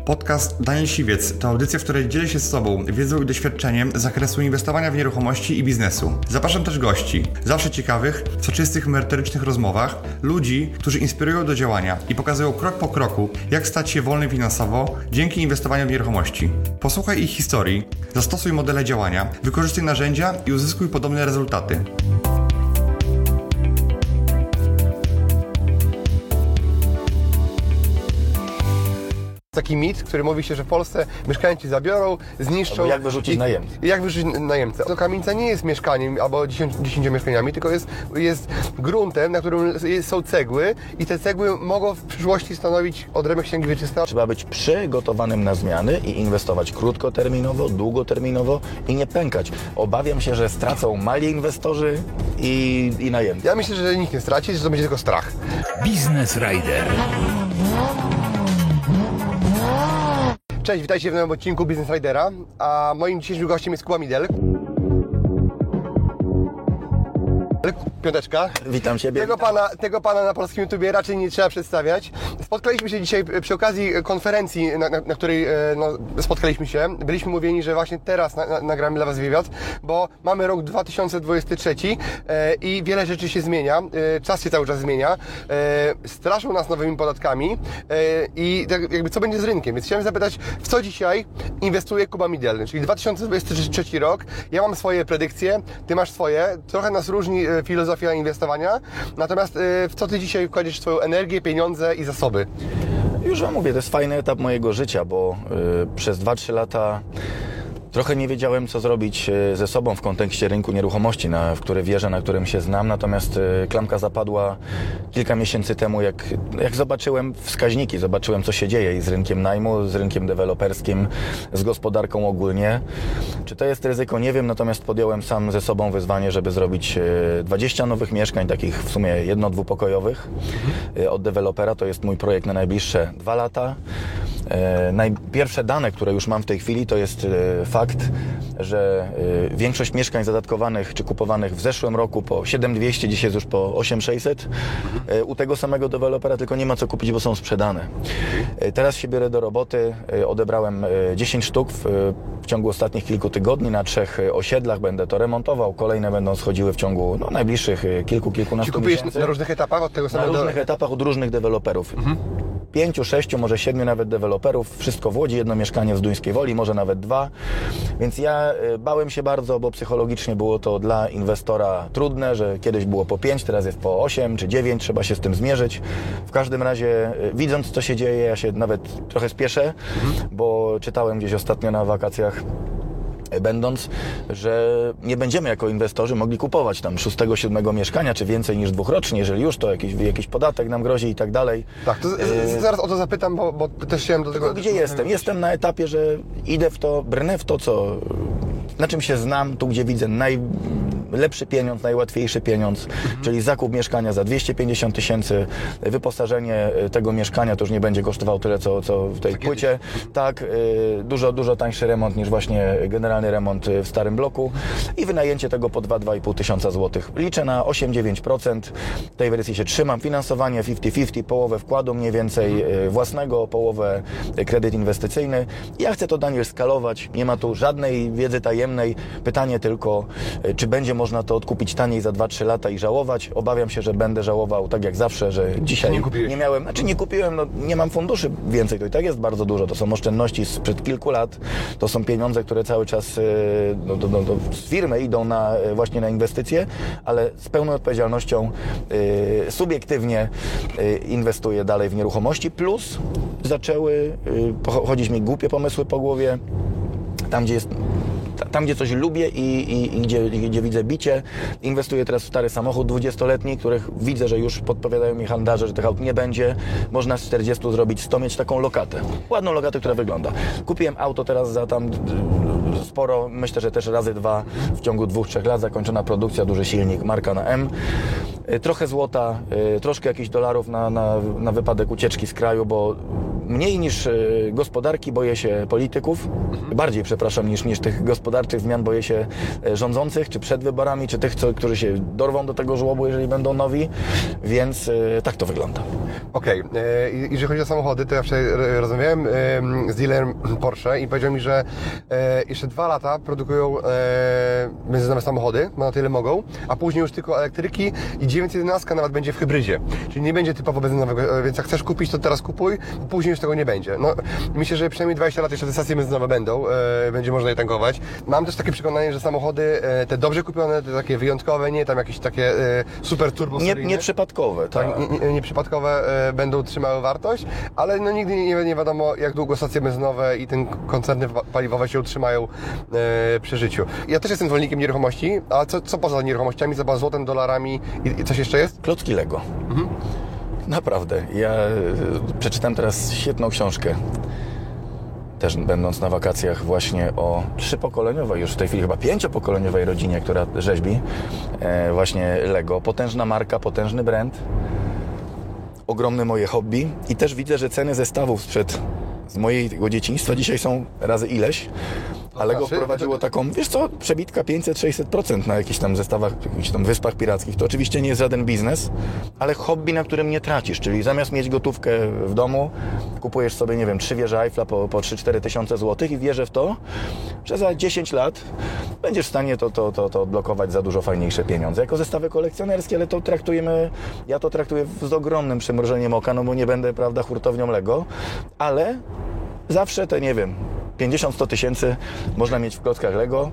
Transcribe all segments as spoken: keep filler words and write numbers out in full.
Podcast Daniel Siwiec to audycja, w której dzielę się z Tobą wiedzą i doświadczeniem z zakresu inwestowania w nieruchomości i biznesu. Zapraszam też gości, zawsze ciekawych, w soczystych, merytorycznych rozmowach, ludzi, którzy inspirują do działania i pokazują krok po kroku, jak stać się wolnym finansowo dzięki inwestowaniu w nieruchomości. Posłuchaj ich historii, zastosuj modele działania, wykorzystuj narzędzia i uzyskuj podobne rezultaty. Taki mit, który mówi się, że w Polsce mieszkańcy zabiorą, zniszczą... Albo jak wyrzucić i, najemcę. Jak wyrzucić najemcę. To kamienica nie jest mieszkaniem albo dziesięcioma mieszkaniami, tylko jest, jest gruntem, na którym są cegły i te cegły mogą w przyszłości stanowić odrębek księgi wieczystej. Trzeba być przygotowanym na zmiany i inwestować krótkoterminowo, długoterminowo i nie pękać. Obawiam się, że stracą mali inwestorzy i, i najemcy. Ja myślę, że nikt nie straci, że to będzie tylko strach. Business Rider. Cześć, witajcie w nowym odcinku Business Ridera, a moim dzisiejszym gościem jest Kuba Midel. Piąteczka. Witam Ciebie. Tego pana, tego pana na polskim YouTubie raczej nie trzeba przedstawiać. Spotkaliśmy się dzisiaj przy okazji konferencji, na, na, na której no, spotkaliśmy się. Byliśmy mówieni, że właśnie teraz na, na, nagramy dla Was wywiad, bo mamy rok dwa tysiące dwudziesty trzeci e, i wiele rzeczy się zmienia. E, czas się cały czas zmienia. E, straszą nas nowymi podatkami e, i tak jakby co będzie z rynkiem. Więc chciałem zapytać, w co dzisiaj inwestuje Kuba Midel? Czyli dwa tysiące dwudziesty trzeci rok. Ja mam swoje predykcje, Ty masz swoje. Trochę nas różni filozofia inwestowania. Natomiast w co Ty dzisiaj wkładziesz swoją energię, pieniądze i zasoby? Już Wam mówię, to jest fajny etap mojego życia, bo y, przez dwa trzy lata trochę nie wiedziałem, co zrobić ze sobą w kontekście rynku nieruchomości, na, w który wierzę, na którym się znam. Natomiast y, klamka zapadła kilka miesięcy temu, jak, jak zobaczyłem wskaźniki, zobaczyłem, co się dzieje i z rynkiem najmu, z rynkiem deweloperskim, z gospodarką ogólnie. Czy to jest ryzyko? Nie wiem, natomiast podjąłem sam ze sobą wyzwanie, żeby zrobić y, dwadzieścia nowych mieszkań, takich w sumie jedno-dwupokojowych y, od dewelopera. To jest mój projekt na najbliższe dwa lata. E, najpierwsze dane, które już mam w tej chwili, to jest e, fakt, że e, większość mieszkań zadatkowanych czy kupowanych w zeszłym roku po siedem tysięcy dwieście, dzisiaj jest już po osiem tysięcy sześćset e, u tego samego dewelopera, tylko nie ma co kupić, bo są sprzedane. E, teraz się biorę do roboty, e, odebrałem e, dziesięć sztuk w, w ciągu ostatnich kilku tygodni na trzech osiedlach, będę to remontował, kolejne będą schodziły w ciągu no, najbliższych e, kilku, kilkunastu Czy kupujesz miesięcy. na różnych etapach od tego samego? Na różnych do... etapach od różnych deweloperów. Mhm. Pięciu, sześciu, może siedmiu nawet deweloperów, wszystko w Łodzi, jedno mieszkanie w Zduńskiej Woli, może nawet dwa. Więc ja bałem się bardzo, bo psychologicznie było to dla inwestora trudne, że kiedyś było po pięć, teraz jest po osiem czy dziewięć, trzeba się z tym zmierzyć. W każdym razie, widząc co się dzieje, ja się nawet trochę spieszę, mhm. bo czytałem gdzieś ostatnio na wakacjach, będąc, że nie będziemy jako inwestorzy mogli kupować tam szóstego, siódmego mieszkania, czy więcej niż dwóch rocznie, jeżeli już to jakiś, jakiś podatek nam grozi i tak dalej. Tak, to z, z, zaraz o to zapytam, bo, bo też chciałem do tego... Tylko gdzie jestem? Jestem na etapie, że idę w to, brnę w to, co, na czym się znam, tu gdzie widzę najlepszy pieniądz, najłatwiejszy pieniądz, mhm. czyli zakup mieszkania za dwieście pięćdziesiąt tysięcy, wyposażenie tego mieszkania to już nie będzie kosztowało tyle, co, co w tej płycie. Tak, dużo, dużo tańszy remont niż właśnie generalny remont w starym bloku i wynajęcie tego po dwa do dwóch i pół tysiąca złotych. Liczę na osiem do dziewięciu procent. W tej wersji się trzymam. Finansowanie pięćdziesiąt pięćdziesiąt, połowę wkładu mniej więcej własnego, połowę kredyt inwestycyjny. Ja chcę to, Daniel, skalować. Nie ma tu żadnej wiedzy tajemnej. Pytanie tylko, czy będzie można to odkupić taniej za dwa trzy lata i żałować. Obawiam się, że będę żałował tak jak zawsze, że dzisiaj nie, nie miałem, znaczy nie kupiłem, no nie mam funduszy więcej. To i tak jest bardzo dużo. To są oszczędności sprzed kilku lat. To są pieniądze, które cały czas No, do, do, do, z firmy idą na, właśnie na inwestycje, ale z pełną odpowiedzialnością y, subiektywnie y, inwestuję dalej w nieruchomości, plus zaczęły y, chodzić mi głupie pomysły po głowie, tam gdzie jest tam, gdzie coś lubię i, i, i gdzie, gdzie widzę bicie. Inwestuję teraz w stary samochód dwudziestoletni, których widzę, że już podpowiadają mi handlarze, że tych aut nie będzie. Można z czterdziestu zrobić sto, mieć taką lokatę. Ładną lokatę, która wygląda. Kupiłem auto teraz za tam sporo, myślę, że też razy dwa w ciągu dwóch, trzech lat. Zakończona produkcja, duży silnik, marka na M. Trochę złota, troszkę jakichś dolarów na, na, na wypadek ucieczki z kraju, bo mniej niż y, gospodarki boję się polityków, mhm. bardziej przepraszam niż, niż tych gospodarczych zmian boję się y, rządzących, czy przed wyborami, czy tych, co, którzy się dorwą do tego żłobu, jeżeli będą nowi, więc y, tak to wygląda. Okej, okay. Jeżeli chodzi o samochody, to ja wczoraj rozmawiałem y, z dealerem Porsche i powiedział mi, że y, jeszcze dwa lata produkują y, benzynowe samochody, no na tyle mogą, a później już tylko elektryki i dziewięćset jedenaście nawet będzie w hybrydzie, czyli nie będzie typowo benzynowego, więc jak chcesz kupić, to teraz kupuj, później już tego nie będzie. No, myślę, że przynajmniej dwadzieścia lat jeszcze te stacje benzynowe będą, e, będzie można je tankować. Mam też takie przekonanie, że samochody, e, te dobrze kupione, te takie wyjątkowe, nie tam jakieś takie e, super turbo nie, Nieprzypadkowe, tak. tak nie, nie, nieprzypadkowe e, będą trzymały wartość, ale no nigdy nie, nie wiadomo, jak długo stacje benzynowe i ten koncerny paliwowe się utrzymają e, przy życiu. Ja też jestem zwolennikiem nieruchomości, a co, co poza nieruchomościami, co poza złotem, dolarami i, i coś jeszcze jest? Klocki Lego. Mhm. Naprawdę. Ja przeczytam teraz świetną książkę, też będąc na wakacjach, właśnie o trzypokoleniowej, już w tej chwili chyba pięciopokoleniowej rodzinie, która rzeźbi e, właśnie Lego. Potężna marka, potężny brand, ogromne moje hobby i też widzę, że ceny zestawów sprzed z mojego dzieciństwa dzisiaj są razy ileś. A Lego wprowadziło taką, wiesz co, przebitka pięćset do sześćset procent na jakichś tam zestawach, jakichś tam wyspach pirackich. To oczywiście nie jest żaden biznes, ale hobby, na którym nie tracisz. Czyli zamiast mieć gotówkę w domu, kupujesz sobie, nie wiem, trzy wieże Eiffla po, po trzy cztery tysiące złotych i wierzę w to, że za dziesięć lat będziesz w stanie to, to, to, to odblokować za dużo fajniejsze pieniądze. Jako zestawy kolekcjonerskie, ale to traktujemy, ja to traktuję z ogromnym przymrużeniem oka, no bo nie będę, prawda, hurtownią Lego, ale zawsze te, nie wiem, pięćdziesiąt do stu tysięcy można mieć w klockach Lego.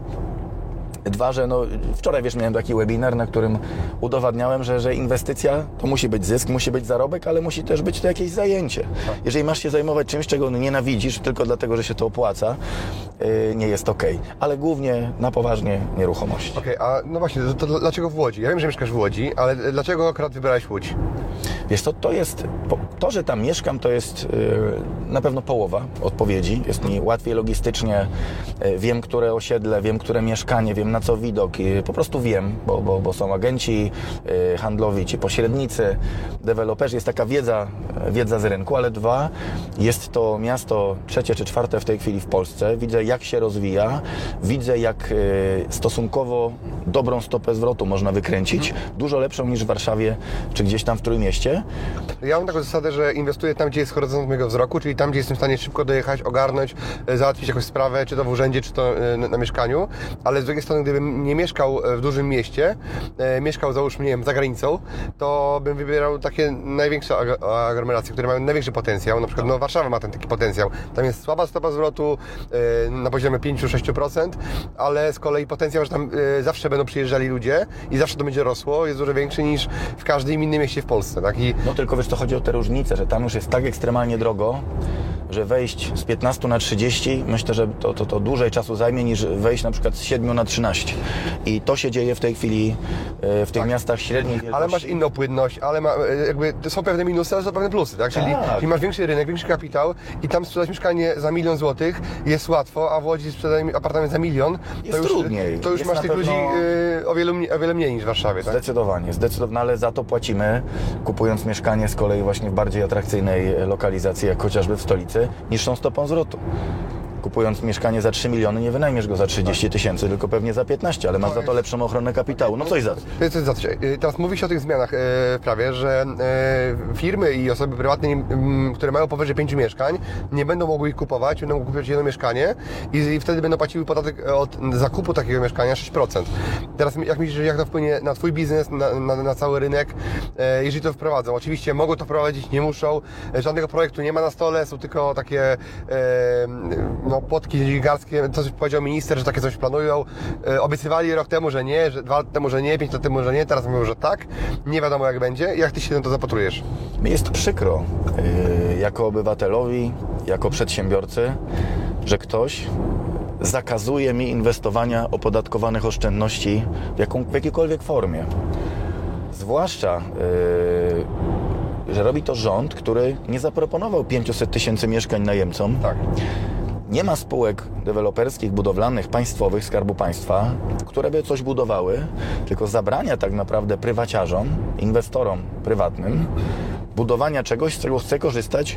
Dwa, że no, wczoraj, wiesz, miałem taki webinar, na którym udowadniałem, że, że inwestycja to musi być zysk, musi być zarobek, ale musi też być to jakieś zajęcie. Jeżeli masz się zajmować czymś, czego nienawidzisz, tylko dlatego, że się to opłaca, yy, nie jest okej. Okay. Ale głównie na poważnie nieruchomości. Okej, okay, a no właśnie, to, to dlaczego w Łodzi? Ja wiem, że mieszkasz w Łodzi, ale dlaczego akurat wybrałeś Łódź? Wiesz co, to jest, to, że tam mieszkam, to jest yy, na pewno połowa odpowiedzi. Jest mi łatwiej logistycznie, yy, wiem, które osiedle, wiem, które mieszkanie, wiem, na co widok. Yy, po prostu wiem, bo, bo, bo są agenci yy, handlowi, ci pośrednicy, deweloperzy. Jest taka wiedza, wiedza z rynku, ale dwa, jest to miasto trzecie czy czwarte w tej chwili w Polsce. Widzę, jak się rozwija, widzę, jak yy, stosunkowo dobrą stopę zwrotu można wykręcić, dużo lepszą niż w Warszawie, czy gdzieś tam w Trójmieście. Ja mam taką zasadę, że inwestuję tam, gdzie jest horyzont mojego wzroku, czyli tam, gdzie jestem w stanie szybko dojechać, ogarnąć, załatwić jakąś sprawę, czy to w urzędzie, czy to na, na mieszkaniu, ale z drugiej strony, gdybym nie mieszkał w dużym mieście, e, mieszkał, załóżmy, nie wiem, za granicą, to bym wybierał takie największe ag- aglomeracje, które mają największy potencjał, na przykład no, Warszawa ma ten taki potencjał, tam jest słaba stopa zwrotu e, na poziomie pięć do sześciu procent, ale z kolei potencjał, że tam e, zawsze będą przyjeżdżali ludzie i zawsze to będzie rosło, jest dużo większy niż w każdym innym mieście w Polsce, tak? I no tylko wiesz, to chodzi o te różnice, że tam już jest tak ekstremalnie drogo, że wejść z piętnastu na trzydzieści, myślę, że to, to, to dłużej czasu zajmie niż wejść na przykład z siedmiu na trzynaście. I to się dzieje w tej chwili w tych tak. miastach średniej wielkości. Ale masz inną płynność, ale ma, jakby są pewne minusy, ale są pewne plusy, tak? Czyli, tak. czyli masz większy rynek, większy kapitał i tam sprzedać mieszkanie za milion złotych jest łatwo, a w Łodzi sprzedać apartament za milion, jest to już, trudniej. To już jest masz tych pewno... ludzi y, o, wiele mniej, o wiele mniej niż w Warszawie, tak? Zdecydowanie, zdecydowanie, ale za to płacimy, kupując mieszkanie z kolei właśnie w bardziej atrakcyjnej lokalizacji, jak chociażby w stolicy, niższą stopą zwrotu. Kupując mieszkanie za trzy miliony, nie wynajmiesz go za trzydzieści tysięcy, tylko pewnie za piętnaście, ale masz za to lepszą ochronę kapitału. No coś za to. To jest za coś. Teraz mówi się o tych zmianach w prawie, że firmy i osoby prywatne, które mają powyżej pięciu mieszkań, nie będą mogły ich kupować, będą mogły kupić jedno mieszkanie i wtedy będą płaciły podatek od zakupu takiego mieszkania sześć procent. Teraz jak myślisz, jak to wpłynie na Twój biznes, na, na, na cały rynek, jeżeli to wprowadzą? Oczywiście mogą to wprowadzić, nie muszą. Żadnego projektu nie ma na stole, są tylko takie no, płotki dziennikarskie, coś powiedział minister, że takie coś planują. E, obiecywali rok temu, że nie, że dwa lat temu, że nie, pięć lat temu, że nie, teraz mówią, że tak. Nie wiadomo jak będzie. Jak Ty się na to zapatrujesz? Mi jest przykro, yy, jako obywatelowi, jako przedsiębiorcy, że ktoś zakazuje mi inwestowania opodatkowanych oszczędności w, jaką, w jakiejkolwiek formie. Zwłaszcza yy, że robi to rząd, który nie zaproponował pięćset tysięcy mieszkań najemcom. Tak. Nie ma spółek deweloperskich, budowlanych, państwowych, Skarbu Państwa, które by coś budowały, tylko zabrania tak naprawdę prywaciarzom, inwestorom prywatnym budowania czegoś, z czego chce korzystać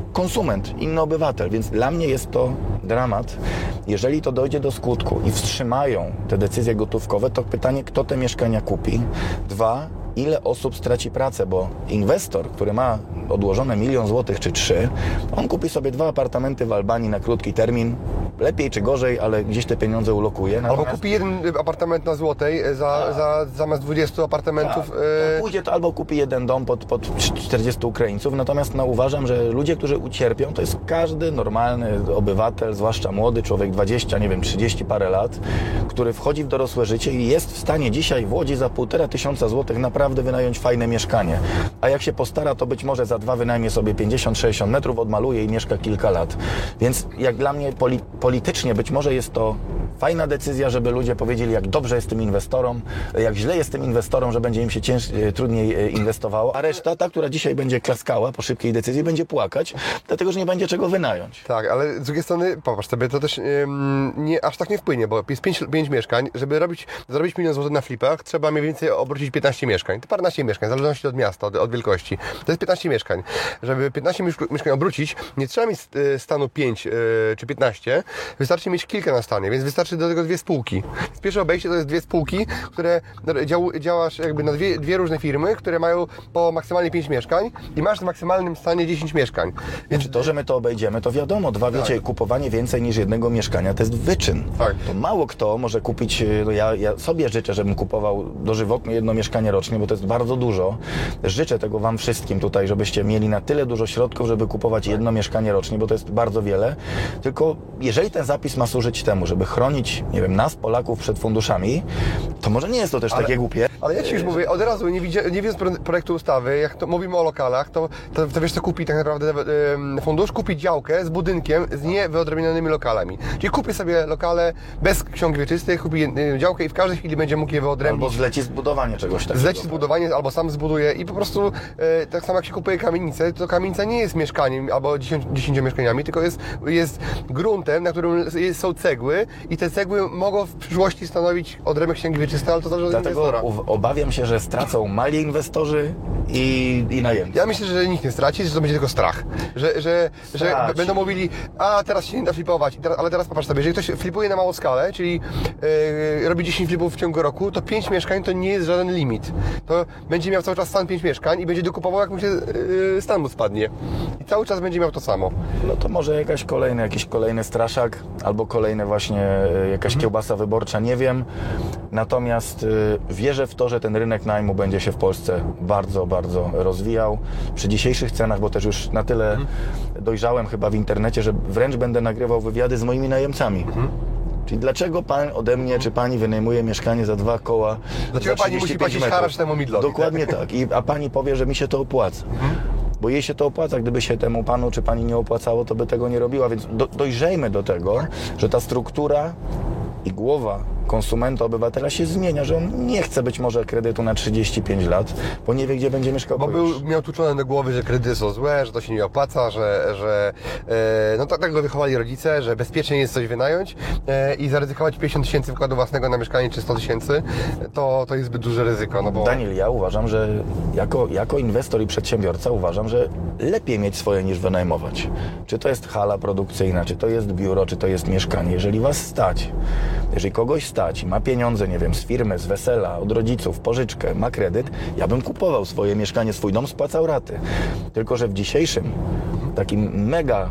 konsument, inny obywatel, więc dla mnie jest to dramat. Jeżeli to dojdzie do skutku i wstrzymają te decyzje gotówkowe, to pytanie, kto te mieszkania kupi? Dwa, ile osób straci pracę, bo inwestor, który ma odłożone milion złotych czy trzy, on kupi sobie dwa apartamenty w Albanii na krótki termin, lepiej czy gorzej, ale gdzieś te pieniądze ulokuje. Natomiast... Albo kupi jeden apartament na Złotej za, za, zamiast dwudziestu apartamentów. Tak, to pójdzie to albo kupi jeden dom pod, pod czterdziestu Ukraińców, natomiast no, uważam, że ludzie, którzy ucierpią, to jest każdy normalny obywatel, zwłaszcza młody człowiek, dwadzieścia, nie wiem, trzydzieści parę lat, który wchodzi w dorosłe życie i jest w stanie dzisiaj w Łodzi za półtora tysiąca złotych naprawdę wynająć fajne mieszkanie. A jak się postara, to być może za dwa wynajmie sobie pięćdziesiąt sześćdziesiąt metrów, odmaluje i mieszka kilka lat. Więc jak dla mnie poli politycznie być może jest to fajna decyzja, żeby ludzie powiedzieli, jak dobrze jest tym inwestorom, jak źle jest tym inwestorom, że będzie im się cięż, trudniej inwestowało, a reszta, ta, która dzisiaj będzie klaskała po szybkiej decyzji, będzie płakać, dlatego, że nie będzie czego wynająć. Tak, ale z drugiej strony, popatrz sobie, to też ym, nie, aż tak nie wpłynie, bo jest pięć, pięć mieszkań, żeby robić, zarobić milion złotych na flipach, trzeba mniej więcej obrócić piętnaście mieszkań. To paręnaście mieszkań, w zależności od miasta, od, od wielkości. To jest piętnaście mieszkań. Żeby piętnaście mieszkań obrócić, nie trzeba mieć stanu pięć yy, czy piętnaście, wystarczy mieć kilka na stanie, więc wystarczy do tego dwie spółki. Z pierwsze obejście to jest dwie spółki, które dział, działasz jakby na dwie, dwie różne firmy, które mają po maksymalnie pięć mieszkań i masz w maksymalnym stanie dziesięć mieszkań. Więc to, że my to obejdziemy, to wiadomo, dwa, wiecie, tak. Kupowanie więcej niż jednego mieszkania to jest wyczyn. Tak. To mało kto może kupić, no ja, ja sobie życzę, żebym kupował dożywotnie jedno mieszkanie rocznie, bo to jest bardzo dużo. Życzę tego Wam wszystkim tutaj, żebyście mieli na tyle dużo środków, żeby kupować tak. jedno mieszkanie rocznie, bo to jest bardzo wiele. Tylko jeżeli ten zapis ma służyć temu, żeby chronić, nie wiem, nas, Polaków przed funduszami, to może nie jest to też ale, takie głupie. Ale ja Ci już mówię, od razu, nie, widzia, nie widząc projektu ustawy, jak to mówimy o lokalach, to, to, to wiesz co kupi tak naprawdę yy, fundusz? Kupi działkę z budynkiem z niewyodrębnionymi lokalami. Czyli kupi sobie lokale bez ksiąg wieczystych, kupi yy, działkę i w każdej chwili będzie mógł je wyodrębnić. Albo zleci zbudowanie czegoś takiego. Zleci zbudowanie, albo sam zbuduje i po prostu yy, tak samo jak się kupuje kamienicę, to kamienica nie jest mieszkaniem albo dziesięcioma mieszkaniami, tylko jest, jest gruntem, na którym jest, są cegły i te cegły mogą w przyszłości stanowić odrębek księgi wieczystej, ale to zależy od inwestora. Obawiam się, że stracą mali inwestorzy i, i najemcy. Ja myślę, że nikt nie straci, że to będzie tylko strach. Że, że, że będą mówili, a teraz się nie da flipować, ale teraz popatrz sobie, jeżeli ktoś flipuje na małą skalę, czyli yy, robi dziesięć flipów w ciągu roku, to pięć mieszkań to nie jest żaden limit. To będzie miał cały czas stan pięć mieszkań i będzie dokupował, jak mu się yy, stan mu spadnie. I cały czas będzie miał to samo. No to może jakaś kolejny, jakiś kolejny straszak, albo kolejne właśnie jakaś mhm. kiełbasa wyborcza, nie wiem. Natomiast yy, wierzę w to, że ten rynek najmu będzie się w Polsce bardzo, bardzo rozwijał. Przy dzisiejszych cenach, bo też już na tyle mhm. dojrzałem chyba w internecie, że wręcz będę nagrywał wywiady z moimi najemcami. Mhm. Czyli dlaczego pan ode mnie, czy pani wynajmuje mieszkanie za dwa koła? Dlaczego pani musi płacić haracz temu midlowi? Dokładnie tak. tak. I, a pani powie, że mi się to opłaca. Mhm. Bo jej się to opłaca. Gdyby się temu panu czy pani nie opłacało, to by tego nie robiła. Więc do, dojrzejmy do tego, że ta struktura i głowa konsumenta, obywatela się zmienia, że on nie chce być może kredytu na trzydzieści pięć lat, bo nie wie, gdzie będzie mieszkał. Bo był, miał tłuczone do głowy, że kredyty są złe, że to się nie opłaca, że, że e, no tak, tak go wychowali rodzice, że bezpiecznie jest coś wynająć e, i zaryzykować pięćdziesiąt tysięcy wkładu własnego na mieszkanie czy sto tysięcy, to, to jest zbyt duże ryzyko. No bo... Daniel, ja uważam, że jako, jako inwestor i przedsiębiorca uważam, że lepiej mieć swoje niż wynajmować. Czy to jest hala produkcyjna, czy to jest biuro, czy to jest mieszkanie. Jeżeli was stać, jeżeli kogoś stać i ma pieniądze, nie wiem, z firmy, z wesela, od rodziców, pożyczkę, ma kredyt, ja bym kupował swoje mieszkanie, swój dom, spłacał raty. Tylko że w dzisiejszym takim mega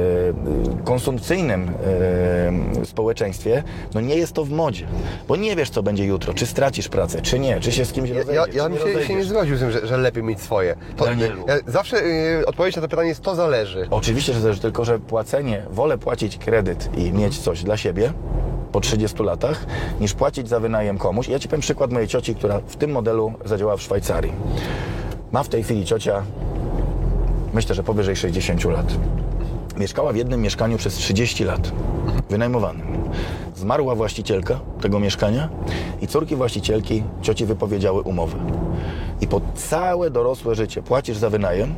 y, konsumpcyjnym y, społeczeństwie, no nie jest to w modzie. Bo nie wiesz, co będzie jutro, czy stracisz pracę, czy nie, czy się z kimś rozejdziesz, Ja, ja bym nie się, się nie zgodził z tym, że, że lepiej mieć swoje. To, Danielu. ja, zawsze y, odpowiedź na to pytanie jest, to zależy. Oczywiście, że zależy, tylko że płacenie, wolę płacić kredyt i mieć coś dla siebie po trzydziestu latach, niż płacić za wynajem komuś. Ja Ci powiem przykład mojej cioci, która w tym modelu zadziałała w Szwajcarii. Ma w tej chwili ciocia, myślę, że powyżej sześćdziesięciu lat. Mieszkała w jednym mieszkaniu przez trzydzieści lat, wynajmowanym. Zmarła właścicielka tego mieszkania i córki właścicielki cioci wypowiedziały umowę. I po całe dorosłe życie płacisz za wynajem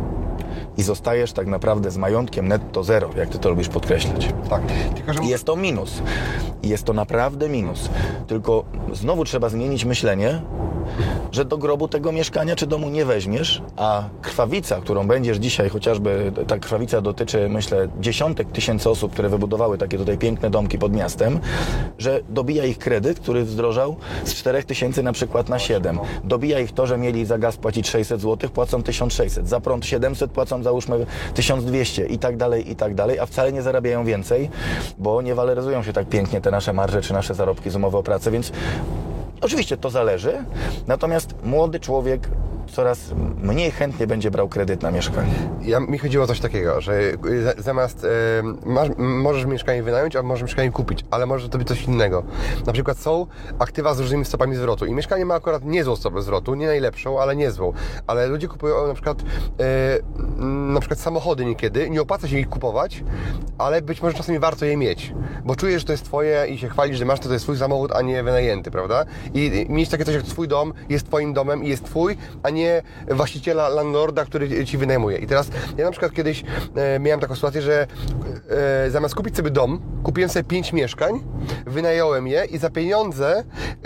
i zostajesz tak naprawdę z majątkiem netto zero, jak Ty to lubisz podkreślać. Tak. Tylko, że... I jest to minus. I jest to naprawdę minus. Tylko znowu trzeba zmienić myślenie że do grobu tego mieszkania czy domu nie weźmiesz, a krwawica, którą będziesz dzisiaj, chociażby ta krwawica dotyczy, myślę, dziesiątek tysięcy osób, które wybudowały takie tutaj piękne domki pod miastem, że dobija ich kredyt, który wzdrożał z czterech tysięcy na przykład na siedem. Dobija ich to, że mieli za gaz płacić sześćset złotych, płacą tysiąc sześćset, za prąd siedemset, płacą załóżmy tysiąc dwieście i tak dalej, i tak dalej, a wcale nie zarabiają więcej, bo nie waloryzują się tak pięknie te nasze marże czy nasze zarobki z umowy o pracę, więc oczywiście to zależy, natomiast młody człowiek coraz mniej chętnie będzie brał kredyt na mieszkanie. Ja, mi chodziło o coś takiego, że zamiast e, masz, możesz mieszkanie wynająć, a możesz mieszkanie kupić, ale może to być coś innego. Na przykład są aktywa z różnymi stopami zwrotu i mieszkanie ma akurat niezłą stopę zwrotu, nie najlepszą, ale niezłą. Ale ludzie kupują na przykład e, na przykład samochody niekiedy, nie opłaca się ich kupować, ale być może czasami warto je mieć, bo czujesz, że to jest twoje i się chwalisz, że masz to, to jest twój samochód, a nie wynajęty, prawda? I, i mieć takie coś jak twój dom jest twoim domem i jest twój, a nie właściciela, landlorda, który ci wynajmuje. I teraz ja na przykład kiedyś e, miałem taką sytuację, że e, zamiast kupić sobie dom, kupiłem sobie pięć mieszkań, wynająłem je i za pieniądze e,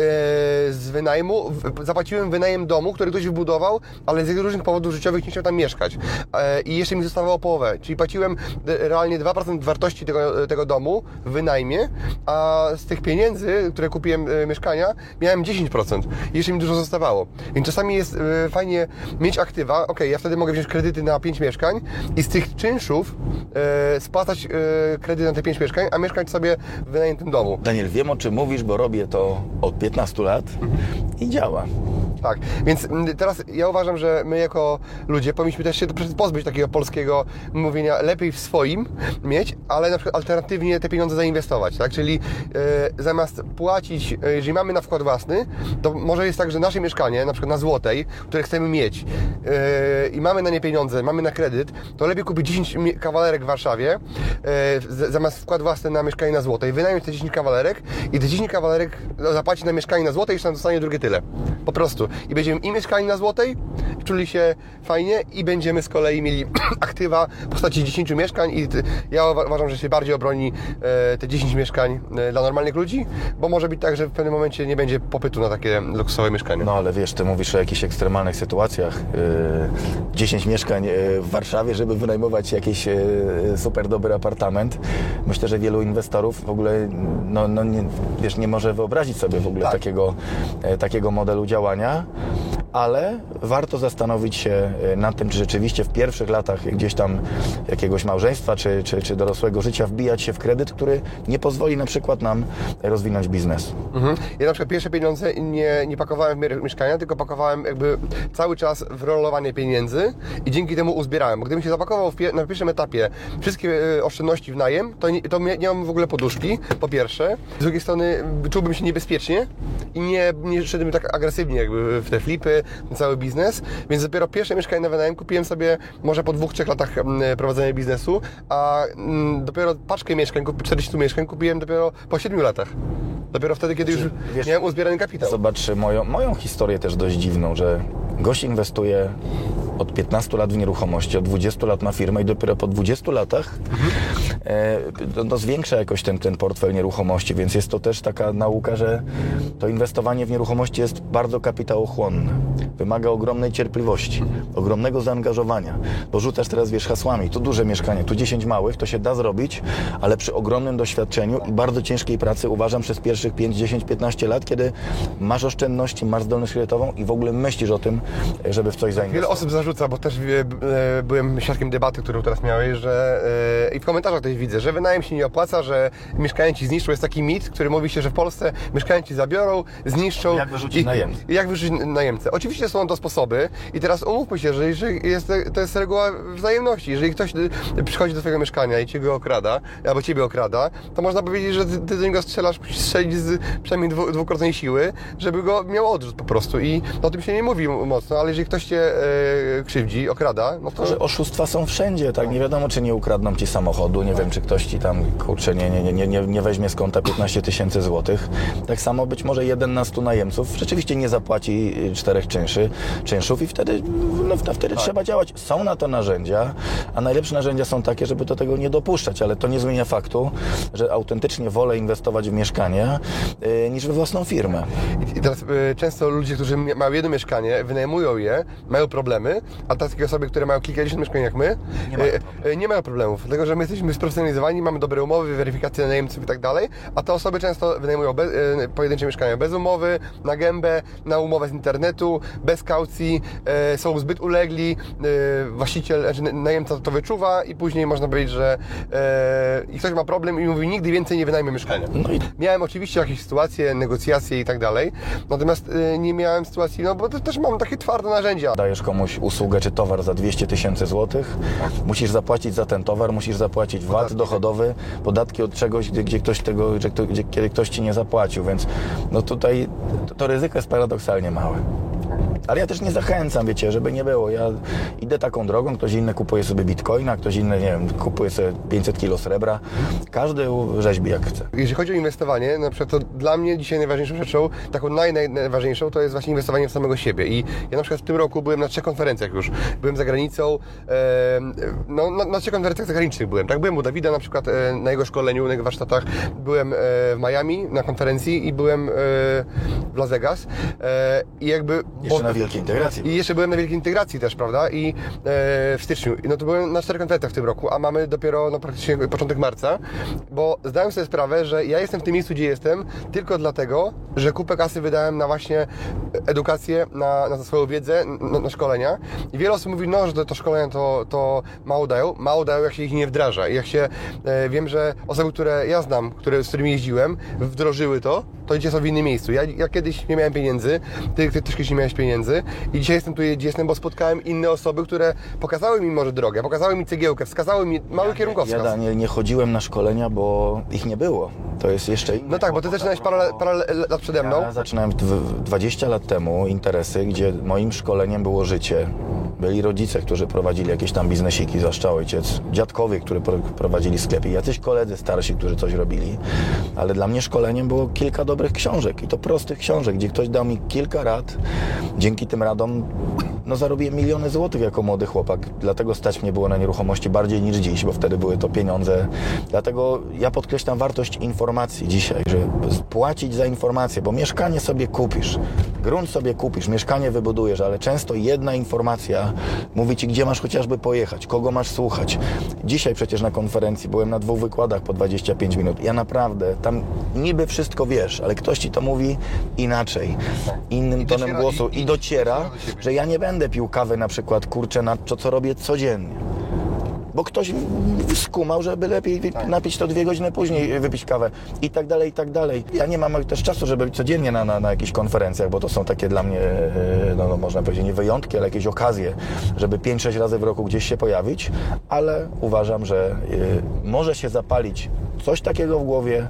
z wynajmu w, zapłaciłem wynajem domu, który ktoś wybudował, ale z różnych powodów życiowych nie chciał tam mieszkać. E, I jeszcze mi zostawało połowę, czyli płaciłem realnie dwa procent wartości tego, tego domu w wynajmie, a z tych pieniędzy, które kupiłem e, mieszkania, miałem dziesięć procent i jeszcze mi dużo zostawało. Więc czasami jest e, fajnie mieć aktywa, ok, ja wtedy mogę wziąć kredyty na pięć mieszkań i z tych czynszów e, spłacać e, kredyt na te pięć mieszkań, a mieszkać sobie w wynajętym domu. Daniel, wiem o czym mówisz, bo robię to od piętnastu lat i działa. Tak, więc teraz ja uważam, że my jako ludzie powinniśmy też się pozbyć takiego polskiego mówienia lepiej w swoim mieć, ale na przykład alternatywnie te pieniądze zainwestować, tak? Czyli e, zamiast płacić, e, jeżeli mamy na wkład własny, to może jest tak, że nasze mieszkanie, na przykład na Złotej, które chcemy mieć e, i mamy na nie pieniądze, mamy na kredyt, to lepiej kupić dziesięć kawalerek w Warszawie, e, z, zamiast wkład własny na mieszkanie na Złotej, wynająć te dziesięć kawalerek i te dziesięć kawalerek zapłacić na mieszkanie na Złotej, jeszcze nam zostanie drugie tyle. Po prostu. I będziemy i mieszkali na Złotej, czuli się fajnie i będziemy z kolei mieli aktywa w postaci dziesięciu mieszkań i ja uważam, że się bardziej obroni te dziesięć mieszkań dla normalnych ludzi, bo może być tak, że w pewnym momencie nie będzie popytu na takie luksusowe mieszkania. No ale wiesz, ty mówisz o jakichś ekstremalnych sytuacjach. dziesięć mieszkań w Warszawie, żeby wynajmować jakiś super dobry apartament. Myślę, że wielu inwestorów w ogóle no, no nie, wiesz, nie może wyobrazić sobie w ogóle tak. takiego, takiego modelu działania, ale warto zastanowić się nad tym, czy rzeczywiście w pierwszych latach gdzieś tam jakiegoś małżeństwa czy, czy, czy dorosłego życia wbijać się w kredyt, który nie pozwoli na przykład nam rozwinąć biznes. Mhm. Ja na przykład pierwsze pieniądze nie, nie pakowałem w mieszkania, tylko pakowałem jakby cały czas w rolowanie pieniędzy i dzięki temu uzbierałem, bo gdybym się zapakował w pie- na pierwszym etapie wszystkie oszczędności w najem, to nie, to nie mam w ogóle poduszki, po pierwsze. Z drugiej strony czułbym się niebezpiecznie i nie, nie szedłbym tak agresywnie jakby w te flipy, cały biznes, więc dopiero pierwsze mieszkanie na wynajem kupiłem sobie może po dwóch, trzech latach prowadzenia biznesu, a dopiero paczkę mieszkań, czterdzieści mieszkań kupiłem dopiero po siedmiu latach. Dopiero wtedy, kiedy już wiesz, miałem uzbierany kapitał. Zobacz moją, moją historię też dość dziwną, że gość inwestuje od piętnastu lat w nieruchomości, od dwudziestu lat ma firmę i dopiero po dwudziestu latach mhm. e, no, no, zwiększa jakoś ten, ten portfel nieruchomości, więc jest to też taka nauka, że to inwestowanie w nieruchomości jest bardzo kapitałochłonne. Wymaga ogromnej cierpliwości, ogromnego zaangażowania, bo rzucasz teraz, wiesz, hasłami, tu duże mieszkanie, tu dziesięć małych, to się da zrobić, ale przy ogromnym doświadczeniu i bardzo ciężkiej pracy, uważam, przez pierwszych pięć, dziesięć, piętnaście lat, kiedy masz oszczędności, masz zdolność kredytową i w ogóle myślisz o tym, żeby w coś zainwestować. Wiele osób zarzuca, bo też e, byłem świadkiem debaty, którą teraz miałeś, że e, i w komentarzach też widzę, że wynajem się nie opłaca, że mieszkanie ci zniszczą. Jest taki mit, który mówi się, że w Polsce mieszkanie ci zabiorą, zniszczą. Jak wyrzucić i, najemcę. I jak wyrzucić najemcę. Oczywiście są to sposoby i teraz umówmy się, że jeżeli jest, to jest reguła wzajemności. Jeżeli ktoś przychodzi do twojego mieszkania i cię go okrada, albo ciebie okrada, to można powiedzieć, że ty, ty do niego strzelasz, musisz strzelić z przynajmniej dwu, dwukrotnej siły, żeby go miał odrzut po prostu. I o tym się nie mówi mocno, ale jeżeli ktoś cię e, krzywdzi, okrada, no to... Że oszustwa są wszędzie, tak? Nie wiadomo, czy nie ukradną ci samochodu, nie wiem, czy ktoś ci tam, kurczę, nie, nie, nie, nie, nie weźmie z konta piętnaście tysięcy złotych. Tak samo być może jeden na stu najemców rzeczywiście nie zapłaci czterech czynszy, czynszów i wtedy, no, wtedy tak. trzeba działać. Są na to narzędzia, a najlepsze narzędzia są takie, żeby do tego nie dopuszczać, ale to nie zmienia faktu, że autentycznie wolę inwestować w mieszkanie yy, niż we własną firmę. I teraz y, często ludzie, którzy mają jedno mieszkanie, wynajmują je, mają problemy, a takie osoby, które mają kilkadziesiąt mieszkań jak my, nie mają, y, y, nie mają problemów, dlatego że my jesteśmy sprofesjonalizowani, mamy dobre umowy, weryfikację najemców i tak dalej, a te osoby często wynajmują bez, y, pojedyncze mieszkania bez umowy, na gębę, na umowę z internetu, bez kaucji, y, są zbyt ulegli, y, właściciel, znaczy najemca to wyczuwa i później można powiedzieć, że y, i ktoś ma problem i mówi, nigdy więcej nie wynajmę mieszkania. No i miałem oczywiście jakieś sytuacje, negocjacje i tak dalej, natomiast y, nie miałem sytuacji, no bo też mam takie twarde narzędzia. Dajesz komuś usługę czy towar za dwieście tysięcy złotych, musisz zapłacić za ten towar, musisz zapłacić V A T dochodowy, podatki od czegoś, gdzie, gdzie ktoś tego, gdzie, gdzie, kiedy ktoś ci nie zapłacił, więc no tutaj to, to ryzyko jest paradoksalnie małe. Ale ja też nie zachęcam, wiecie, żeby nie było. Ja idę taką drogą, ktoś inny kupuje sobie bitcoina, ktoś inny, nie wiem, kupuje sobie pięćset kilo srebra. Każdy rzeźbi jak chce. Jeżeli chodzi o inwestowanie, na przykład to dla mnie dzisiaj najważniejszą rzeczą, taką naj, naj, najważniejszą, to jest właśnie inwestowanie w samego siebie. I ja na przykład w tym roku byłem na trzech konferencjach już. Byłem za granicą, e, no na, na trzech konferencjach zagranicznych byłem. Tak, byłem u Dawida na przykład e, na jego szkoleniu, na jego warsztatach. Byłem e, w Miami na konferencji i byłem e, w Las Vegas. E, I jakby... Jeszcze na wielkiej integracji. I jeszcze byłem na wielkiej integracji też, prawda? I e, w styczniu. No to byłem na czterech konferencjach w tym roku, a mamy dopiero no, praktycznie początek marca, bo zdałem sobie sprawę, że ja jestem w tym miejscu, gdzie jestem, tylko dlatego, że kupę kasy wydałem na właśnie edukację, na, na swoją wiedzę, na, na szkolenia. I wiele osób mówi, no, że to, to szkolenia to, to mało dają. Mało dają, jak się ich nie wdraża. I jak się, e, wiem, że osoby, które ja znam, które, z którymi jeździłem, wdrożyły to, to dzisiaj są w innym miejscu. Ja, ja kiedyś nie miałem pieniędzy, ty, ty też kiedyś nie miałeś pieniędzy i dzisiaj jestem tu, gdzie jestem, bo spotkałem inne osoby, które pokazały mi może drogę, pokazały mi cegiełkę, wskazały mi mały ja, kierunkowskaz. Ja, Daniel, nie chodziłem na szkolenia, bo ich nie było. To jest jeszcze inne. No tak, bo ty zaczynałeś parę, parę lat przede mną. Ja zaczynałem dwadzieścia lat temu interesy, gdzie moim szkoleniem było życie. Byli rodzice, którzy prowadzili jakieś tam biznesiki, zwłaszcza ojciec, dziadkowie, którzy prowadzili sklepy, jacyś koledzy starsi, którzy coś robili. Ale dla mnie szkoleniem było kilka dobrych książek i to prostych książek, gdzie ktoś dał mi kilka rad. Dzięki tym radom no, zarobiłem miliony złotych jako młody chłopak. Dlatego stać mnie było na nieruchomości bardziej niż dziś, bo wtedy były to pieniądze. Dlatego ja podkreślam wartość informacji dzisiaj, że płacić za informację, bo mieszkanie sobie kupisz, grunt sobie kupisz, mieszkanie wybudujesz, ale często jedna informacja mówi ci, gdzie masz chociażby pojechać, kogo masz słuchać. Dzisiaj przecież na konferencji byłem na dwóch wykładach po dwadzieścia pięć minut. Ja naprawdę, tam niby wszystko wiesz, ale ktoś ci to mówi inaczej, innym tonem głosu i dociera, że ja nie będę pił kawy na przykład, kurczę, na to, co robię codziennie. Bo ktoś skumał, żeby lepiej napić to dwie godziny później, wypić kawę i tak dalej, i tak dalej. Ja nie mam też czasu, żeby być codziennie na, na, na jakichś konferencjach, bo to są takie dla mnie, no, no można powiedzieć, nie wyjątki, ale jakieś okazje, żeby pięć sześć razy w roku gdzieś się pojawić, ale uważam, że y, może się zapalić coś takiego w głowie,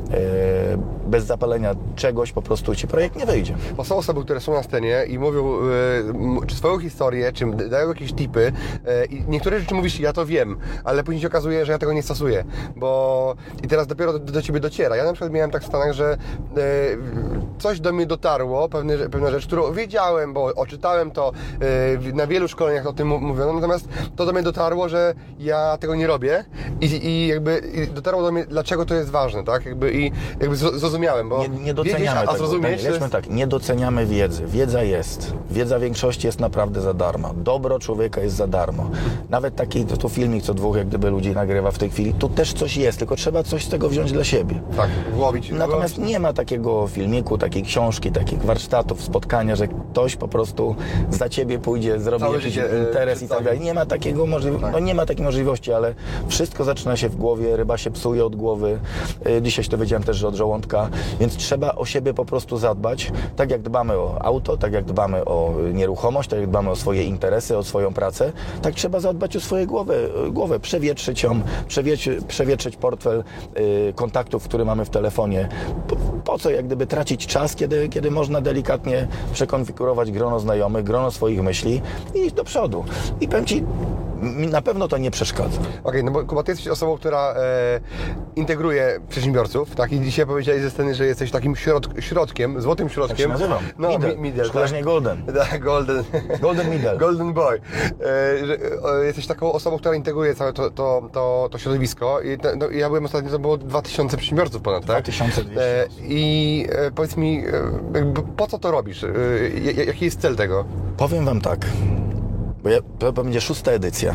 y, bez zapalenia czegoś po prostu ci projekt nie wyjdzie. Bo są osoby, które są na scenie i mówią y, czy swoją historię, czy dają jakieś tipy y, i niektóre rzeczy mówisz, ja to wiem, ale później się okazuje, że ja tego nie stosuję, bo i teraz dopiero do, do Ciebie dociera. Ja na przykład miałem tak w Stanach, że e, coś do mnie dotarło, pewne, pewna rzecz, którą wiedziałem, bo oczytałem to, e, na wielu szkoleniach o tym mówiono, natomiast to do mnie dotarło, że ja tego nie robię i, i jakby i dotarło do mnie, dlaczego to jest ważne, tak? Jakby i jakby zrozumiałem, bo nie, nie doceniamy wiedzieć, a, a tego. zrozumieć, Tak, jest... tak, nie doceniamy wiedzy. Wiedza jest. Wiedza w większości jest naprawdę za darmo. Dobro człowieka jest za darmo. Nawet taki to, to filmik, co dwóch jak gdyby ludzi nagrywa w tej chwili, tu też coś jest, tylko trzeba coś z tego wziąć dla siebie. Tak, włowić. Natomiast nie ma takiego filmiku, takiej książki, takich warsztatów, spotkania, że ktoś po prostu za ciebie pójdzie, zrobi Całe jakiś życie, interes i tak dalej. Nie ma takiego możliwości, tak. No nie ma takiej możliwości, ale wszystko zaczyna się w głowie, ryba się psuje od głowy. Dzisiaj się dowiedziałem też, że od żołądka, więc trzeba o siebie po prostu zadbać, tak jak dbamy o auto, tak jak dbamy o nieruchomość, tak jak dbamy o swoje interesy, o swoją pracę, tak trzeba zadbać o swoje głowy, głowę, przewietrzyć ją, przewietrzyć portfel y, kontaktów, które mamy w telefonie. Po, po co jak gdyby tracić czas czas, kiedy, kiedy można delikatnie przekonfigurować grono znajomych, grono swoich myśli i iść do przodu. I powiem Ci, mi na pewno to nie przeszkadza. Okej, okay, no bo Kuba, Ty jesteś osobą, która e, integruje przedsiębiorców, tak? I dzisiaj powiedziałeś ze sceny, że jesteś takim środ, środkiem, złotym środkiem. Jak się nazywam? No, middle. Mi, middle, Szkoda, tak? że nie golden. Tak, golden. Golden middle. Golden boy. E, że, e, jesteś taką osobą, która integruje całe to, to, to, to środowisko. I to, no, ja byłem ostatnio, to było dwa tysiące przedsiębiorców ponad, tak? dwa tysiące dwieście. E, I e, powiedz mi, e, jakby, po co to robisz? E, jaki jest cel tego? Powiem Wam tak, bo ja, to będzie szósta edycja.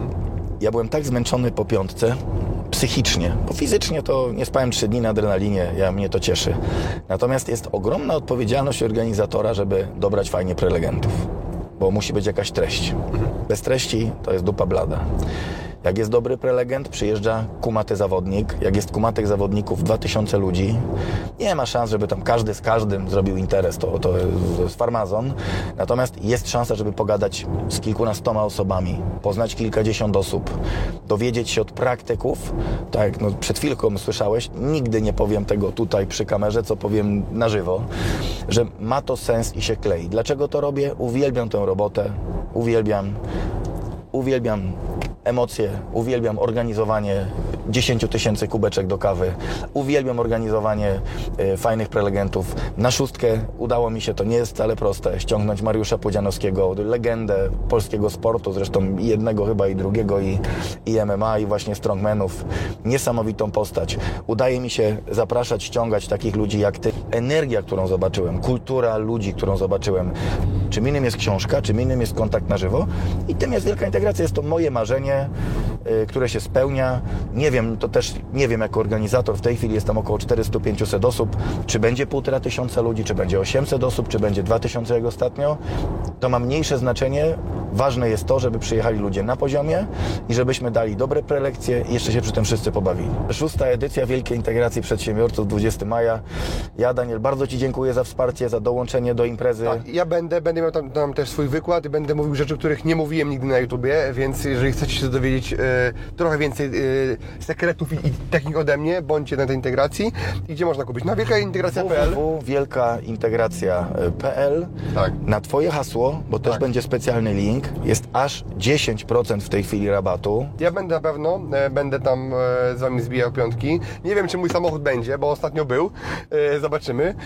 Ja byłem tak zmęczony po piątce, psychicznie, bo fizycznie to nie spałem trzy dni na adrenalinie, ja, mnie to cieszy. Natomiast jest ogromna odpowiedzialność organizatora, żeby dobrać fajnie prelegentów, bo musi być jakaś treść. Bez treści to jest dupa blada. Jak jest dobry prelegent, przyjeżdża kumaty zawodnik. Jak jest kumatych zawodników dwa tysiące ludzi, nie ma szans, żeby tam każdy z każdym zrobił interes. To, to, to jest farmazon. Natomiast jest szansa, żeby pogadać z kilkunastoma osobami, poznać kilkadziesiąt osób, dowiedzieć się od praktyków. Tak, no przed chwilką słyszałeś, nigdy nie powiem tego tutaj przy kamerze, co powiem na żywo, że ma to sens i się klei. Dlaczego to robię? Uwielbiam tę robotę, uwielbiam, uwielbiam emocje, uwielbiam organizowanie dziesięć tysięcy kubeczek do kawy, uwielbiam organizowanie y, fajnych prelegentów. Na szóstkę udało mi się, to nie jest wcale proste, ściągnąć Mariusza Pudzianowskiego, legendę polskiego sportu, zresztą i jednego chyba i drugiego, i, i M M A, i właśnie strongmanów. Niesamowitą postać. Udaje mi się zapraszać, ściągać takich ludzi jak Ty. Energia, którą zobaczyłem, kultura ludzi, którą zobaczyłem. Czym innym jest książka, czym innym jest kontakt na żywo i tym jest wielka integracja. Jest to moje marzenie, y, które się spełnia. Nie wiem, to też nie wiem jako organizator, w tej chwili jest tam około czterysta do pięciuset osób. Czy będzie półtora tysiąca ludzi, czy będzie osiemset osób, czy będzie dwa tysiące jak ostatnio, to ma mniejsze znaczenie. Ważne jest to, żeby przyjechali ludzie na poziomie i żebyśmy dali dobre prelekcje i jeszcze się przy tym wszyscy pobawili. Szósta edycja Wielkiej Integracji Przedsiębiorców, dwudziestego maja. Ja, Daniel, bardzo Ci dziękuję za wsparcie, za dołączenie do imprezy. Tak, ja będę, będę miał tam, tam też swój wykład i będę mówił rzeczy, których nie mówiłem nigdy na YouTubie, więc jeżeli chcecie się dowiedzieć e, trochę więcej e, sekretów i, i technik ode mnie, bądźcie na tej integracji. I gdzie można kupić? Na wielka integracja kropka p l. w w w kropka wielka integracja kropka p l. Tak. Na Twoje hasło, bo też Tak. będzie specjalny link, jest aż dziesięć procent w tej chwili rabatu. Ja będę na pewno, e, będę tam e, z Wami zbijał piątki. Nie wiem, czy mój samochód będzie, bo ostatnio był. E, zobaczymy.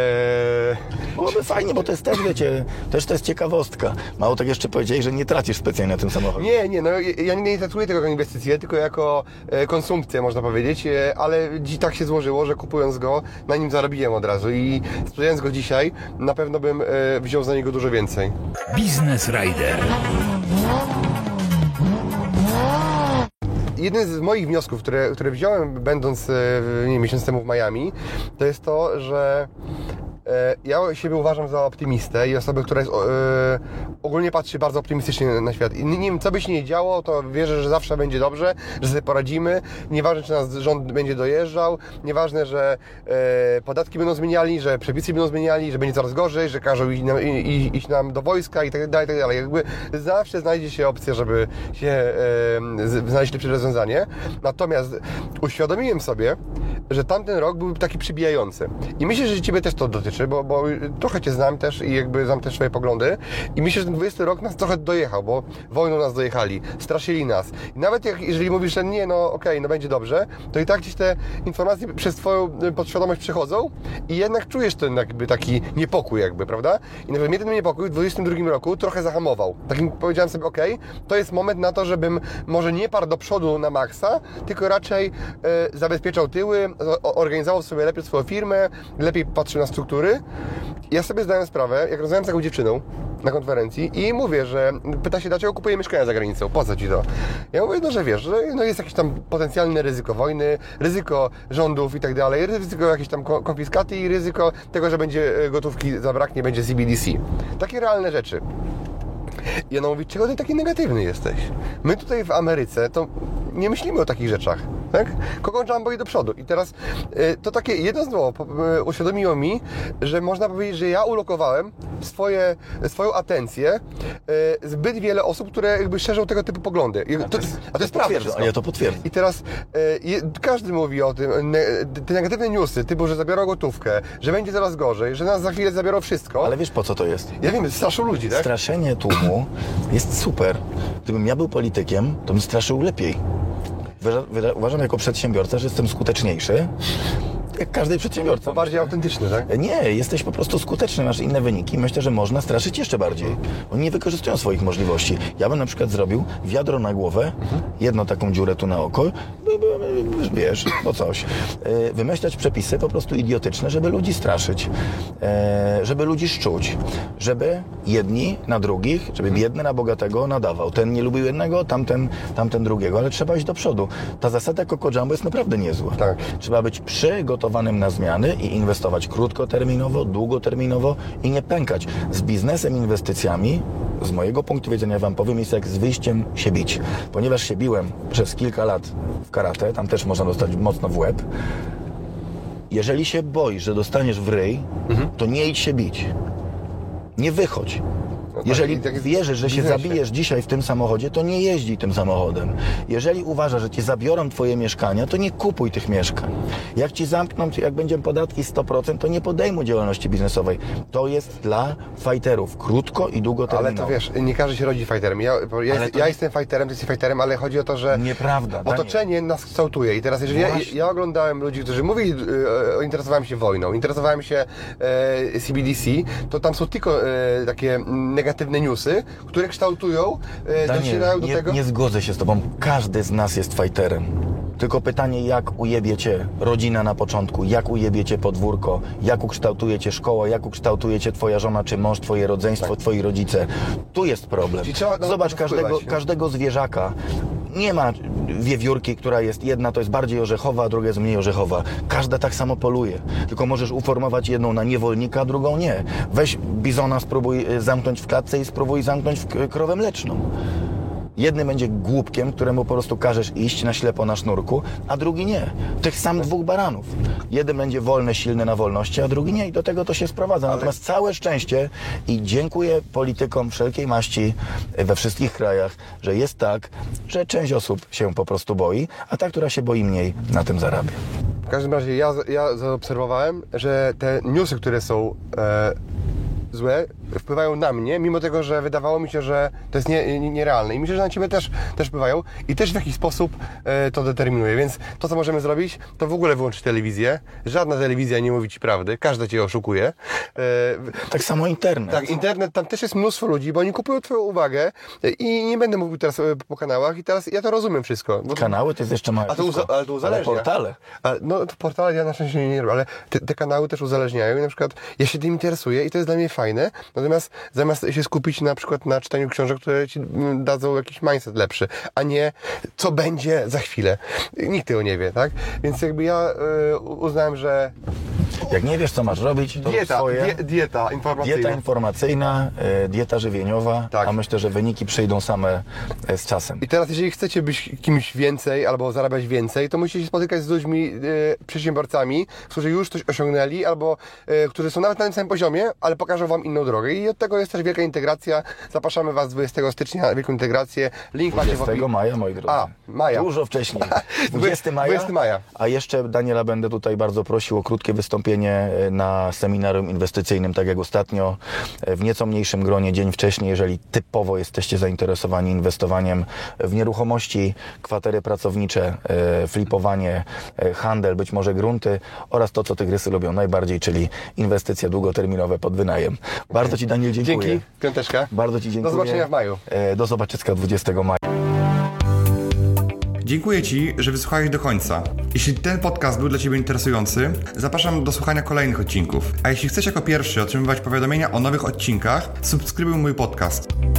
E, Byłoby fajnie, bo to jest też, wiecie, też to jest ciekawostka. Mało tak jeszcze powiedzieli, że nie tracisz specjalnie na tym samochodzie. Nie, nie, no ja nie, nie traktuję tego jako inwestycję, tylko jako e, konsumpcję, można powiedzieć, e, ale dzi tak się złożyło, że kupując go, na nim zarobiłem od razu i sprzedając go dzisiaj, na pewno bym e, wziął za niego dużo więcej. Business Rider. Jeden z moich wniosków, które, które wziąłem będąc e, nie wiem, miesiąc temu w Miami, to jest to, że ja siebie uważam za optymistę i osobę, która jest, e, ogólnie patrzy bardzo optymistycznie na świat. I nie, nie wiem, co by się nie działo, to wierzę, że zawsze będzie dobrze, że sobie poradzimy. Nieważne, czy nas rząd będzie dojeżdżał, nieważne, że e, podatki będą zmieniali, że przepisy będą zmieniali, że będzie coraz gorzej, że każą iść nam, i, iść nam do wojska i tak dalej, i tak dalej. Jakby zawsze znajdzie się opcja, żeby się e, znaleźć lepsze rozwiązanie. Natomiast uświadomiłem sobie, że tamten rok był taki przybijający. I myślę, że Ciebie też to dotyczy. Bo, bo trochę Cię znam też i jakby znam też swoje poglądy i myślę, że ten dwudziesty rok nas trochę dojechał, bo wojną nas dojechali, straszyli nas i nawet jak, jeżeli mówisz, że nie, no okej, okay, no będzie dobrze, to i tak gdzieś te informacje przez Twoją podświadomość przechodzą i jednak czujesz ten jakby taki niepokój jakby, prawda? I nawet mnie ten niepokój w dwudziestym drugim roku trochę zahamował. Takim powiedziałem sobie, okej, okay, to jest moment na to, żebym może nie parł do przodu na maksa, tylko raczej e, zabezpieczał tyły, organizował sobie lepiej swoją firmę, lepiej patrzył na struktury. Ja sobie zdałem sprawę, jak rozmawiam z taką dziewczyną na konferencji i mówię, że pyta się, dlaczego kupuję mieszkania za granicą, po co Ci to? Ja mówię, no że wiesz, że no jest jakieś tam potencjalne ryzyko wojny, ryzyko rządów i tak dalej, ryzyko jakiejś tam konfiskaty i ryzyko tego, że będzie gotówki zabraknie, będzie C B D C. Takie realne rzeczy. I ona mówi, czego Ty taki negatywny jesteś? My tutaj w Ameryce to nie myślimy o takich rzeczach. tak? Coco Jumbo i do przodu. I teraz y, to takie jedno słowo y, uświadomiło mi, że można powiedzieć, że ja ulokowałem swoje, swoją atencję y, zbyt wiele osób, które jakby szerzą tego typu poglądy. I to, a to jest prawda. A ja to potwierdzam. I teraz y, je, każdy mówi o tym, ne, te negatywne newsy, typu, że zabiorą gotówkę, że będzie coraz gorzej, że nas za chwilę zabiorą wszystko. Ale wiesz, po co to jest? Ja wiem, straszą ludzi, tak? Straszenie tłumu jest super. Gdybym ja był politykiem, to bym straszył lepiej. Uważam jako przedsiębiorca, że jestem skuteczniejszy, jak każdy przedsiębiorca. To bardziej autentyczny, tak? Nie, jesteś po prostu skuteczny, masz inne wyniki. Myślę, że można straszyć jeszcze bardziej. Oni nie wykorzystują swoich możliwości. Ja bym na przykład zrobił wiadro na głowę, jedną taką dziurę tu na oko, wiesz, po coś. Wymyślać przepisy po prostu idiotyczne, żeby ludzi straszyć, żeby ludzi szczuć, żeby jedni na drugich, żeby biedny na bogatego nadawał. Ten nie lubił jednego, tamten, tamten drugiego, ale trzeba iść do przodu. Ta zasada Coco Jumbo jest naprawdę niezła. Tak. Trzeba być przygotowanym na zmiany i inwestować krótkoterminowo, długoterminowo i nie pękać. Z biznesem, inwestycjami, z mojego punktu widzenia wam powiem, jest jak z wyjściem się bić. Ponieważ się biłem przez kilka lat w karate, tam też można dostać mocno w łeb. Jeżeli się boisz, że dostaniesz w ryj, mhm. to nie idź się bić. Nie wychodź. No tak, jeżeli tak wierzysz, że się zabijesz dzisiaj w tym samochodzie, to nie jeździ tym samochodem. Jeżeli uważasz, że ci zabiorą twoje mieszkania, to nie kupuj tych mieszkań. Jak ci zamkną, jak będą podatki sto procent, to nie podejmuj działalności biznesowej. To jest dla fajterów, krótko i długoterminowo. Ale to wiesz, nie każdy się rodzi fajterem. Ja, ja, jest, ja jestem fajterem, ty jesteś fajterem, ale chodzi o to, że nieprawda, otoczenie Daniel. nas kształtuje. I teraz, jeżeli ja, ja oglądałem ludzi, którzy mówili, e, interesowałem się wojną, interesowałem się e, C B D C, to tam są tylko e, takie negatywne newsy, które kształtują, e, docierają do nie, tego... nie zgodzę się z tobą. Każdy z nas jest fajterem. Tylko pytanie, jak ujebiecie rodzina na początku, jak ujebiecie podwórko, jak ukształtujecie szkołę, jak ukształtujecie twoja żona czy mąż, twoje rodzeństwo, tak. twoi rodzice. Tu jest problem. Trzeba, no, Zobacz każdego, każdego zwierzaka. Nie ma wiewiórki, która jest jedna, to jest bardziej orzechowa, a druga jest mniej orzechowa. Każda tak samo poluje. Tylko możesz uformować jedną na niewolnika, a drugą nie. Weź bizona, spróbuj zamknąć w klatce i spróbuj zamknąć w krowę mleczną. Jedny będzie głupkiem, któremu po prostu każesz iść na ślepo na sznurku, a drugi nie. Tych sam dwóch baranów. Jeden będzie wolny, silny na wolności, a drugi nie. I do tego to się sprowadza. Natomiast całe szczęście i dziękuję politykom wszelkiej maści we wszystkich krajach, że jest tak, że część osób się po prostu boi, a ta, która się boi mniej, na tym zarabia. W każdym razie ja, ja zaobserwowałem, że te newsy, które są e, złe, wpływają na mnie, mimo tego, że wydawało mi się, że to jest nie, nie, nierealne. I myślę, że na Ciebie też, też wpływają i też w jakiś sposób e, to determinuje. Więc to, co możemy zrobić, to w ogóle wyłączyć telewizję. Żadna telewizja nie mówi Ci prawdy, każda Cię oszukuje. E, tak samo internet. Tak, internet, tam też jest mnóstwo ludzi, bo oni kupują Twoją uwagę i nie będę mówił teraz po kanałach i teraz ja to rozumiem wszystko. Bo... Kanały to jest jeszcze małe. A to, uza- ale to uzależnia. Ale portale. A, no to portale ja na szczęście nie, nie robię, ale te, te kanały też uzależniają i na przykład ja się tym interesuję i to jest dla mnie fajne, natomiast zamiast się skupić na przykład na czytaniu książek, które Ci dadzą jakiś mindset lepszy, a nie co będzie za chwilę. Nikt tego nie wie, tak? Więc jakby ja y, uznałem, że jak nie wiesz, co masz robić, to dieta, swoje... Die, dieta informacyjna. Dieta informacyjna, y, dieta żywieniowa, tak. A myślę, że wyniki przyjdą same y, z czasem. I teraz, jeżeli chcecie być kimś więcej albo zarabiać więcej, to musicie się spotykać z ludźmi, y, przedsiębiorcami, którzy już coś osiągnęli albo y, którzy są nawet na tym samym poziomie, ale pokażą Wam inną drogę. I od tego jest też wielka integracja. Zapraszamy Was dwudziestego stycznia na wielką integrację. Link macie w opisie. dwudziestego maja, moi drodzy. A, maja. Dużo wcześniej. dwudziestego maja. dwudziestego maja. A jeszcze Daniela będę tutaj bardzo prosił o krótkie wystąpienie na seminarium inwestycyjnym, tak jak ostatnio, w nieco mniejszym gronie dzień wcześniej, jeżeli typowo jesteście zainteresowani inwestowaniem w nieruchomości, kwatery pracownicze, flipowanie, handel, być może grunty oraz to, co tygrysy lubią najbardziej, czyli inwestycje długoterminowe pod wynajem. Bardzo Ci, Daniel, dziękuję. Dzięki, piąteczka. Bardzo Ci dziękuję. Do zobaczenia w maju. Do zobaczyska dwudziestego maja. Dziękuję Ci, że wysłuchałeś do końca. Jeśli ten podcast był dla Ciebie interesujący, zapraszam do słuchania kolejnych odcinków. A jeśli chcesz jako pierwszy otrzymywać powiadomienia o nowych odcinkach, subskrybuj mój podcast.